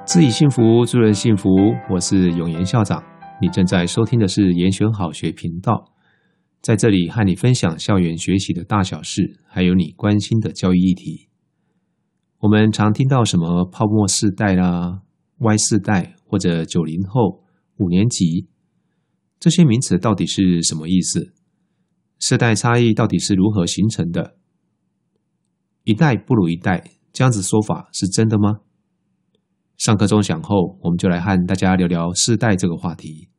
自己幸福，助人幸福。我是永言校长，你正在收听的是延选好学频道，在这里和你分享校园学习的大小事，还有你关心的教育议题。我们常听到什么泡沫世代啦、Y 世代或者90后、5年级，这些名词到底是什么意思？世代差异到底是如何形成的？一代不如一代，这样子说法是真的吗？上课钟响后，我们就来和大家聊聊世代这个话题。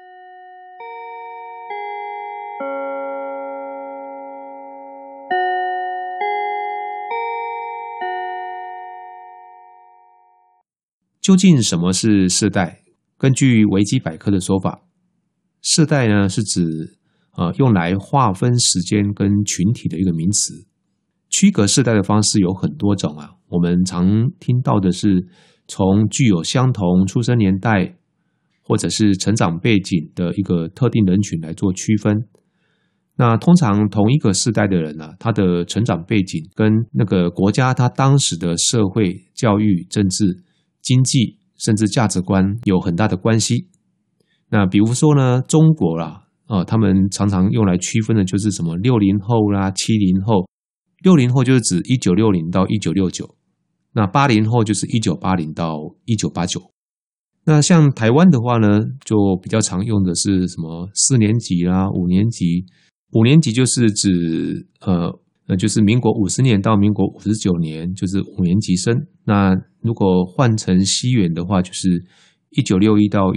究竟什么是世代？根据维基百科的说法，世代呢是指用来划分时间跟群体的一个名词。区隔世代的方式有很多种啊，我们常听到的是从具有相同出生年代或者是成长背景的一个特定人群来做区分。那通常同一个世代的人他的成长背景跟那个国家他当时的社会、教育、政治、经济甚至价值观有很大的关系。那比如说呢，中国啦，他们常常用来区分的就是什么60后啦、70后。60后就是指1960到1969。那80后就是1980到1989。那像台湾的话呢，就比较常用的是什么4年级啦、5年级。5年级就是指就是民国50年到民国59年，就是5年级生。那如果换成西元的话，就是1961到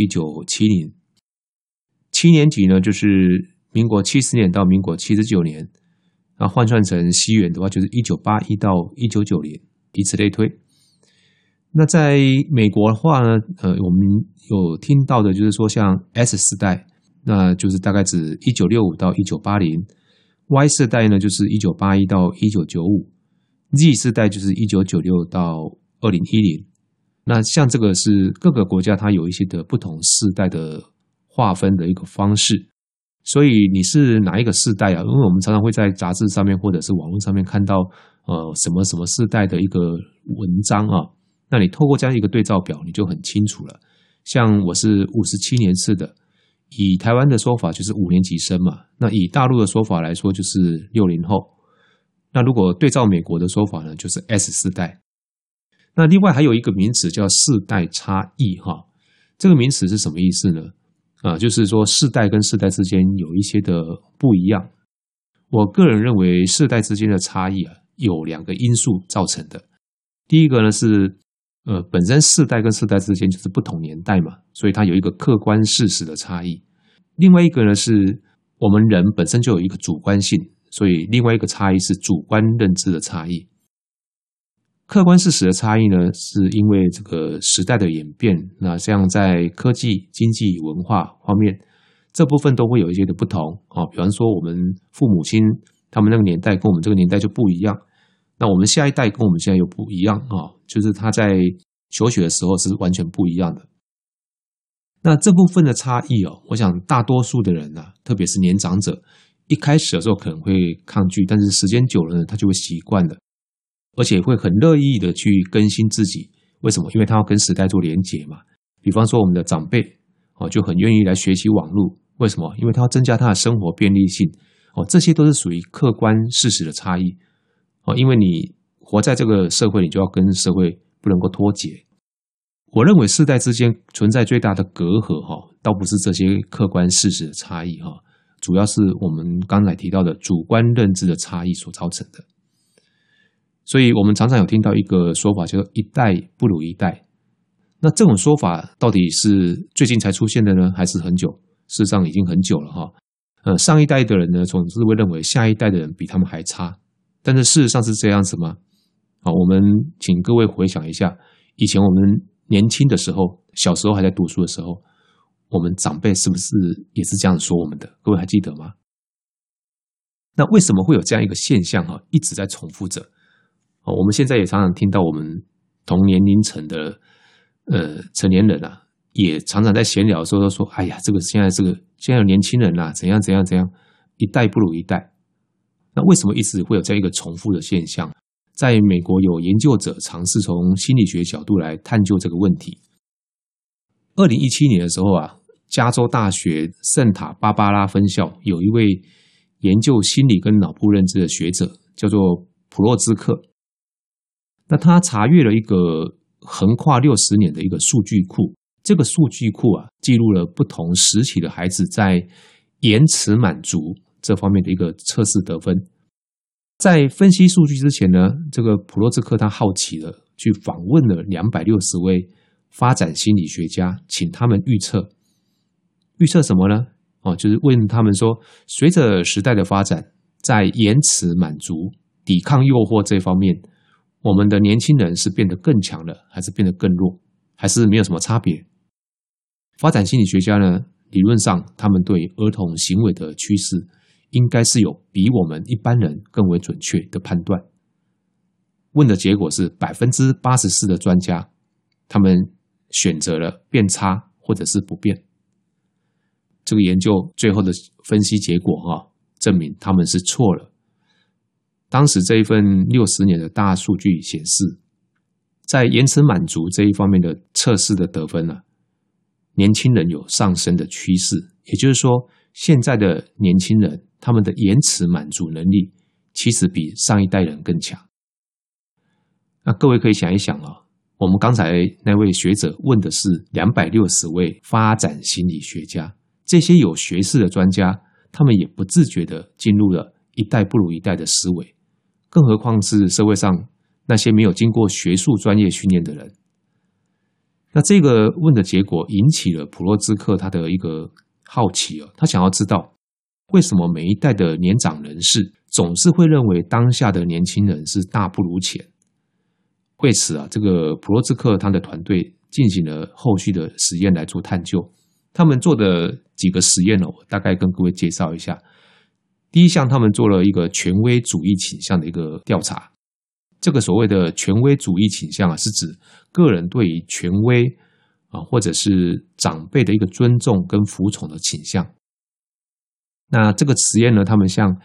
1970。7年级呢，就是民国70年到民国79年。那换算成西元的话，就是1981到1990，以此类推。那在美国的话呢，我们有听到的就是说像 S 世代，那就是大概指1965到1980。Y 世代呢，就是1981到1995。Z 世代就是1996到2010。那像这个是各个国家它有一些的不同世代的划分的一个方式。所以你是哪一个世代啊？因为我们常常会在杂志上面或者是网络上面看到什么什么世代的一个文章啊，那你透过这样一个对照表你就很清楚了。像我是57年次的，以台湾的说法就是5年级生嘛，那以大陆的说法来说就是60后。那如果对照美国的说法呢，就是 S 世代。那另外还有一个名词叫世代差异哈，这个名词是什么意思呢？就是说世代跟世代之间有一些的不一样。我个人认为世代之间的差异有2个因素造成的。第一个呢是本身世代跟世代之间就是不同年代嘛，所以它有一个客观事实的差异。另外一个呢是我们人本身就有一个主观性，所以另外一个差异是主观认知的差异。客观事实的差异呢，是因为这个时代的演变，那像在科技、经济、文化方面，这部分都会有一些的不同。比方说我们父母亲他们那个年代跟我们这个年代就不一样，那我们下一代跟我们现在又不一样，就是他在求学的时候是完全不一样的。那这部分的差异我想大多数的人特别是年长者，一开始的时候可能会抗拒，但是时间久了呢，他就会习惯了。而且会很乐意的去更新自己。为什么？因为他要跟时代做连结嘛。比方说我们的长辈就很愿意来学习网络。为什么？因为他要增加他的生活便利性。这些都是属于客观事实的差异。因为你活在这个社会，你就要跟社会不能够脱节。我认为世代之间存在最大的隔阂倒不是这些客观事实的差异主要是我们刚才提到的主观认知的差异所造成的。所以我们常常有听到一个说法叫做一代不如一代。那这种说法到底是最近才出现的呢，还是很久？事实上已经很久了上一代的人呢，总是会认为下一代的人比他们还差。但是事实上是这样子吗？我们请各位回想一下，以前我们年轻的时候，小时候还在读书的时候，我们长辈是不是也是这样说我们的？各位还记得吗？那为什么会有这样一个现象一直在重复着？我们现在也常常听到我们同年龄层的成年人也常常在闲聊的时候都说，哎呀，现在有年轻人怎样怎样怎样，一代不如一代。那为什么一直会有这样一个重复的现象？在美国有研究者尝试从心理学角度来探究这个问题。 2017年的时候啊，加州大学圣塔芭芭拉分校有一位研究心理跟脑部认知的学者，叫做普洛兹克。那他查阅了一个横跨60年的一个数据库，这个数据库啊，记录了不同时期的孩子在延迟满足这方面的一个测试得分。在分析数据之前呢，这个普洛兹克他好奇了，去访问了260位发展心理学家，请他们预测什么呢？就是问他们说，随着时代的发展，在延迟满足、抵抗诱惑这方面，我们的年轻人是变得更强了，还是变得更弱，还是没有什么差别？发展心理学家呢，理论上他们对儿童行为的趋势应该是有比我们一般人更为准确的判断。问的结果是 84% 的专家，他们选择了变差或者是不变。这个研究最后的分析结果证明他们是错了。当时这一份60年的大数据显示，在延迟满足这一方面的测试的得分年轻人有上升的趋势。也就是说，现在的年轻人他们的延迟满足能力其实比上一代人更强。那各位可以想一想我们刚才那位学者问的是260位发展心理学家，这些有学识的专家，他们也不自觉地进入了一代不如一代的思维，更何况是社会上那些没有经过学术专业训练的人。那这个问的结果引起了普洛兹克他的一个好奇他想要知道，为什么每一代的年长人士总是会认为当下的年轻人是大不如前？为此这个普洛兹克他的团队进行了后续的实验来做探究。他们做的几个实验我大概跟各位介绍一下。第一项，他们做了一个权威主义倾向的一个调查。这个所谓的权威主义倾向是指个人对于权威或者是长辈的一个尊重跟服从的倾向。那这个实验呢，他们向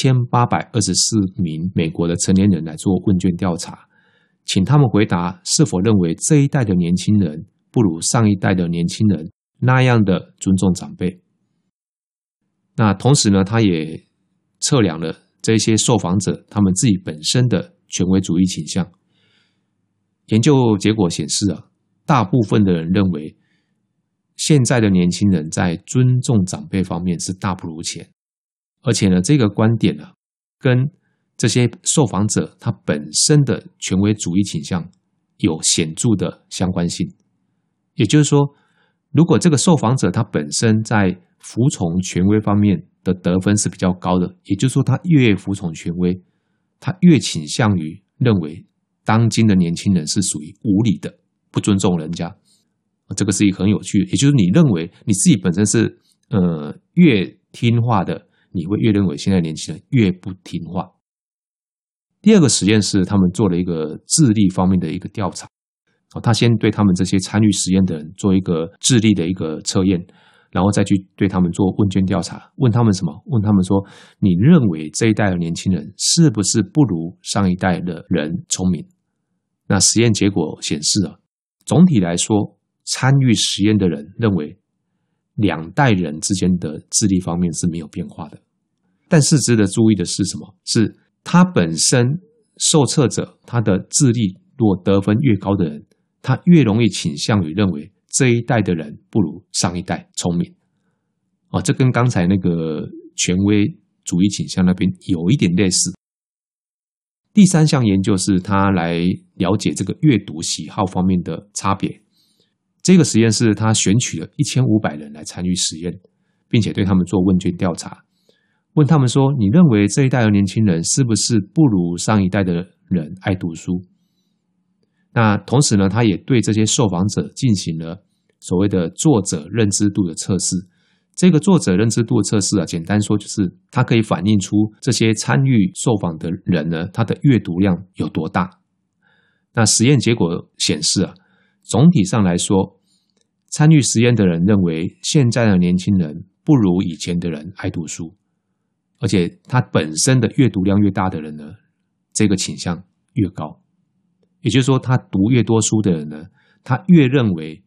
1824名美国的成年人来做问卷调查，请他们回答是否认为这一代的年轻人不如上一代的年轻人那样的尊重长辈。那同时呢，他也测量了这些受访者他们自己本身的权威主义倾向。研究结果显示大部分的人认为现在的年轻人在尊重长辈方面是大不如前，而且呢，这个观点跟这些受访者他本身的权威主义倾向有显著的相关性。也就是说，如果这个受访者他本身在服从权威方面的得分是比较高的，也就是说他越服从权威，他越倾向于认为当今的年轻人是属于无理的，不尊重人家。这个是一个很有趣的，也就是你认为你自己本身是越听话的，你会越认为现在年轻人越不听话。第二个实验是他们做了一个智力方面的一个调查。他先对他们这些参与实验的人做一个智力的一个测验，然后再去对他们做问卷调查，问他们什么？问他们说，你认为这一代的年轻人是不是不如上一代的人聪明？那实验结果显示总体来说，参与实验的人认为两代人之间的智力方面是没有变化的。但是值得注意的是什么？是他本身受测者他的智力若得分越高的人，他越容易倾向于认为这一代的人不如上一代聪明。这跟刚才那个权威主义倾向那边有一点类似。第三项研究是他来了解这个阅读喜好方面的差别。这个实验是他选取了1500人来参与实验，并且对他们做问卷调查，问他们说，你认为这一代的年轻人是不是不如上一代的人爱读书？那同时呢，他也对这些受访者进行了所谓的作者认知度的测试。这个作者认知度的测试简单说就是它可以反映出这些参与受访的人呢，他的阅读量有多大。那实验结果显示总体上来说，参与实验的人认为现在的年轻人不如以前的人爱读书，而且他本身的阅读量越大的人呢，这个倾向越高。也就是说，他读越多书的人呢，他越认为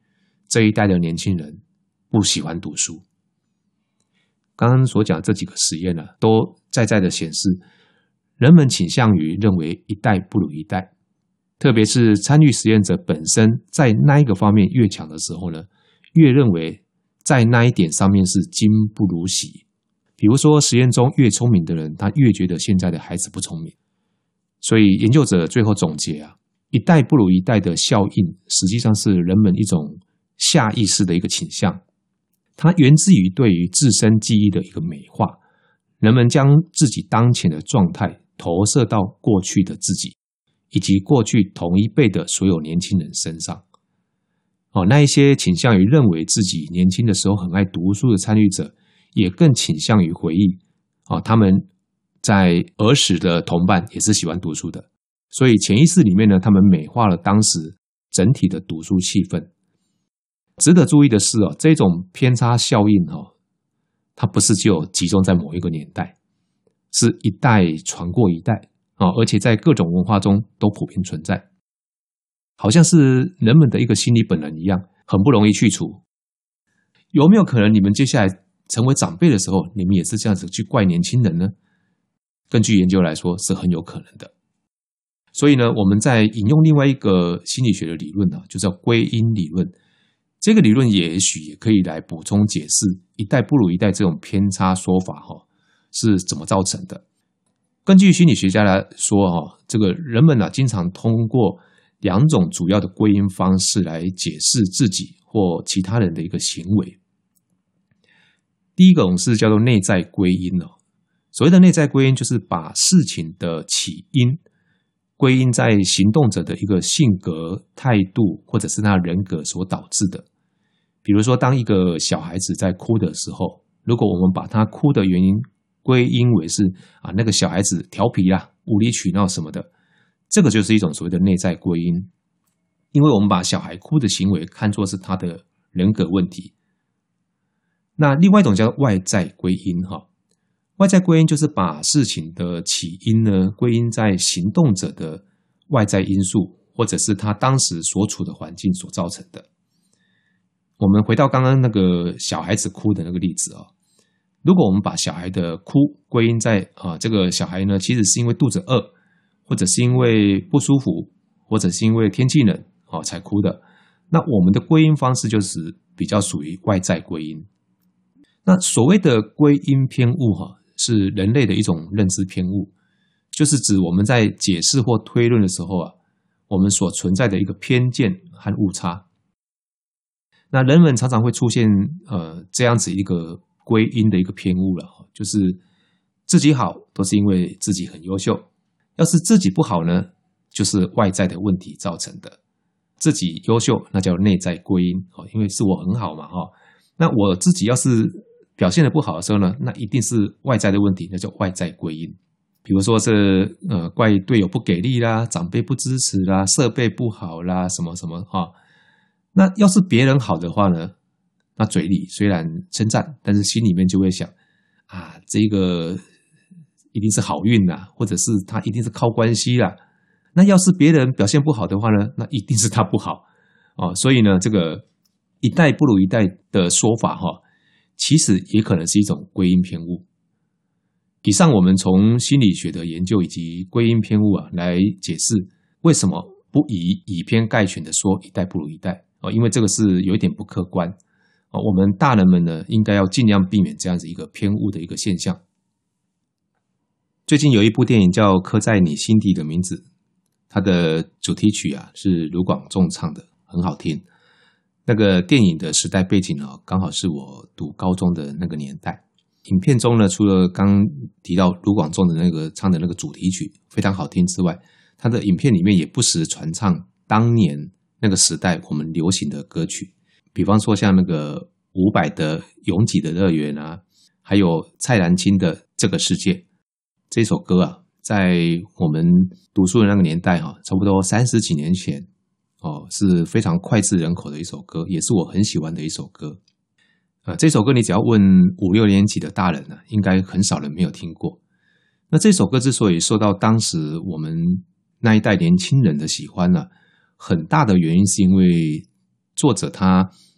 这一代的年轻人不喜欢读书。刚刚所讲这几个实验呢，都在的显示，人们倾向于认为一代不如一代，特别是参与实验者本身在那一个方面越强的时候呢，越认为在那一点上面是今不如昔。比如说实验中越聪明的人，他越觉得现在的孩子不聪明。所以研究者最后总结一代不如一代的效应实际上是人们一种下意识的一个倾向，它源自于对于自身记忆的一个美化，人们将自己当前的状态投射到过去的自己以及过去同一辈的所有年轻人身上。那一些倾向于认为自己年轻的时候很爱读书的参与者，也更倾向于回忆他们在儿时的同伴也是喜欢读书的，所以潜意识里面呢，他们美化了当时整体的读书气氛。值得注意的是这种偏差效应它不是只有集中在某一个年代，是一代传过一代而且在各种文化中都普遍存在，好像是人们的一个心理本能一样，很不容易去除。有没有可能你们接下来成为长辈的时候，你们也是这样子去怪年轻人呢？根据研究来说是很有可能的。所以呢，我们在引用另外一个心理学的理论就叫归因理论。这个理论也许也可以来补充解释一代不如一代这种偏差说法是怎么造成的。根据心理学家来说这个人们经常通过两种主要的归因方式来解释自己或其他人的一个行为。第一种是叫做内在归因所谓的内在归因就是把事情的起因归因在行动者的一个性格、态度或者是他人格所导致的。比如说当一个小孩子在哭的时候，如果我们把他哭的原因归因为是那个小孩子调皮无理取闹什么的，这个就是一种所谓的内在归因，因为我们把小孩哭的行为看作是他的人格问题。那另外一种叫外在归因外在归因就是把事情的起因呢归因在行动者的外在因素，或者是他当时所处的环境所造成的。我们回到刚刚那个小孩子哭的那个例子如果我们把小孩的哭归因在这个小孩呢其实是因为肚子饿，或者是因为不舒服，或者是因为天气冷才哭的，那我们的归因方式就是比较属于外在归因。那所谓的归因偏误是人类的一种认知偏误，就是指我们在解释或推论的时候我们所存在的一个偏见和误差。那人们常常会出现这样子一个归因的一个偏误了，就是自己好都是因为自己很优秀，要是自己不好呢，就是外在的问题造成的。自己优秀那叫内在归因因为是我很好嘛那我自己要是表现得不好的时候呢，那一定是外在的问题，那叫外在归因。比如说是怪队友不给力啦，长辈不支持啦，设备不好啦，什么什么那要是别人好的话呢，那嘴里虽然称赞，但是心里面就会想这个一定是好运啦，或者是他一定是靠关系啦。那要是别人表现不好的话呢，那一定是他不好所以呢，这个一代不如一代的说法其实也可能是一种归因偏误。以上我们从心理学的研究以及归因偏误来解释为什么不以偏概全的说一代不如一代因为这个是有一点不客观我们大人们呢应该要尽量避免这样子一个偏误的一个现象。最近有一部电影叫《刻在你心底的名字》，它的主题曲是卢广仲唱的，很好听。那个电影的时代背景刚好是我读高中的那个年代。影片中呢，除了刚提到卢广仲的那个唱的那个主题曲非常好听之外，他的影片里面也不时传唱当年那个时代我们流行的歌曲，比方说像那个伍佰的《拥挤的乐园》还有蔡澜清的《这个世界》。这首歌在我们读书的那个年代差不多30几年前是非常脍炙人口的一首歌，也是我很喜欢的一首歌。这首歌你只要问5、6年级的大人应该很少人没有听过。那这首歌之所以受到当时我们那一代年轻人的喜欢很大的原因是因为作者他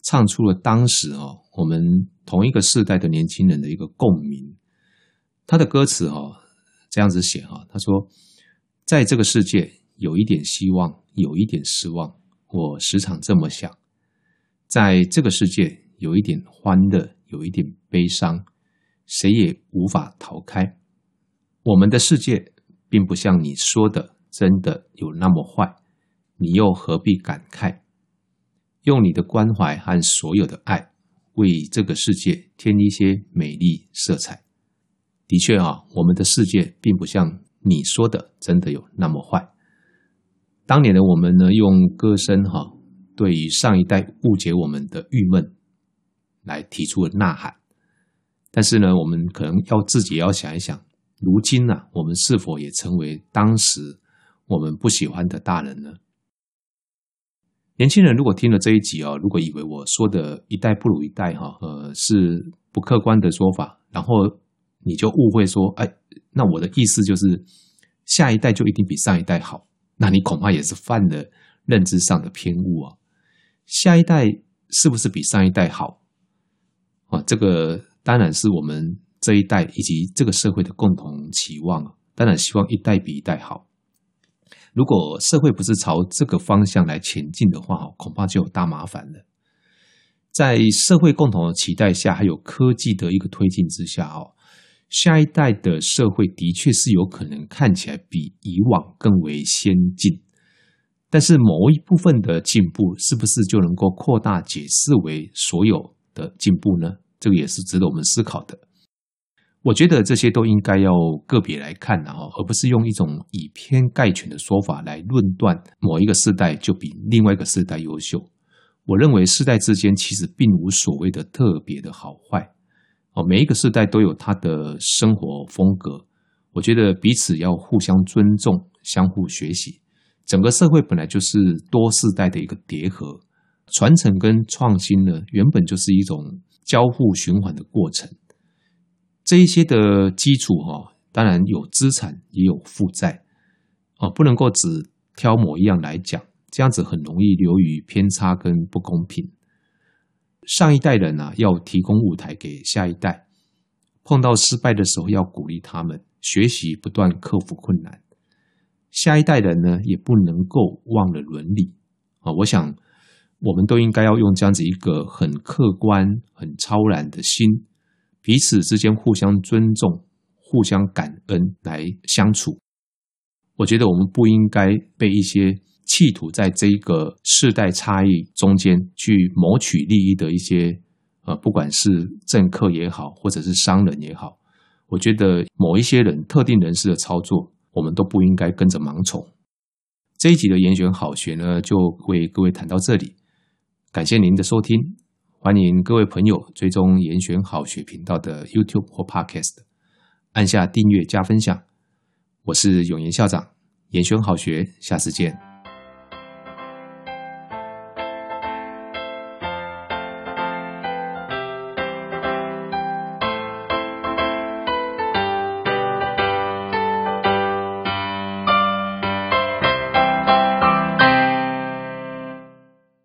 唱出了当时我们同一个世代的年轻人的一个共鸣。他的歌词这样子写他说，在这个世界有一点希望，有一点失望，我时常这么想。在这个世界有一点欢乐，有一点悲伤，谁也无法逃开。我们的世界并不像你说的真的有那么坏，你又何必感慨？用你的关怀和所有的爱，为这个世界添一些美丽色彩。的确我们的世界并不像你说的真的有那么坏。当年的我们呢，用歌声对于上一代误解我们的郁闷来提出了呐喊。但是呢，我们可能自己要想一想，如今我们是否也成为当时我们不喜欢的大人呢？年轻人如果听了这一集如果以为我说的一代不如一代是不客观的说法，然后你就误会说，那我的意思就是下一代就一定比上一代好，那你恐怕也是犯了认知上的偏误下一代是不是比上一代好这个当然是我们这一代以及这个社会的共同期望当然希望一代比一代好。如果社会不是朝这个方向来前进的话恐怕就有大麻烦了。在社会共同的期待下，还有科技的一个推进之下下一代的社会的确是有可能看起来比以往更为先进，但是某一部分的进步是不是就能够扩大解释为所有的进步呢？这个也是值得我们思考的。我觉得这些都应该要个别来看而不是用一种以偏概全的说法来论断某一个世代就比另外一个世代优秀。我认为世代之间其实并无所谓的特别的好坏每一个世代都有他的生活风格，我觉得彼此要互相尊重，相互学习。整个社会本来就是多世代的一个叠合，传承跟创新呢，原本就是一种交互循环的过程。这一些的基础当然有资产也有负债不能够只挑某一样来讲，这样子很容易流于偏差跟不公平。上一代人要提供舞台给下一代，碰到失败的时候要鼓励他们，学习不断克服困难。下一代人呢，也不能够忘了伦理我想我们都应该要用这样子一个很客观很超然的心，彼此之间互相尊重互相感恩来相处。我觉得我们不应该被一些企图在这个世代差异中间去谋取利益的一些不管是政客也好或者是商人也好，我觉得某一些人特定人士的操作我们都不应该跟着盲从。这一集的严选好学呢，就为各位谈到这里，感谢您的收听，欢迎各位朋友追踪严选好学频道的 YouTube 或 Podcast， 按下订阅加分享。我是永言校长，严选好学，下次见。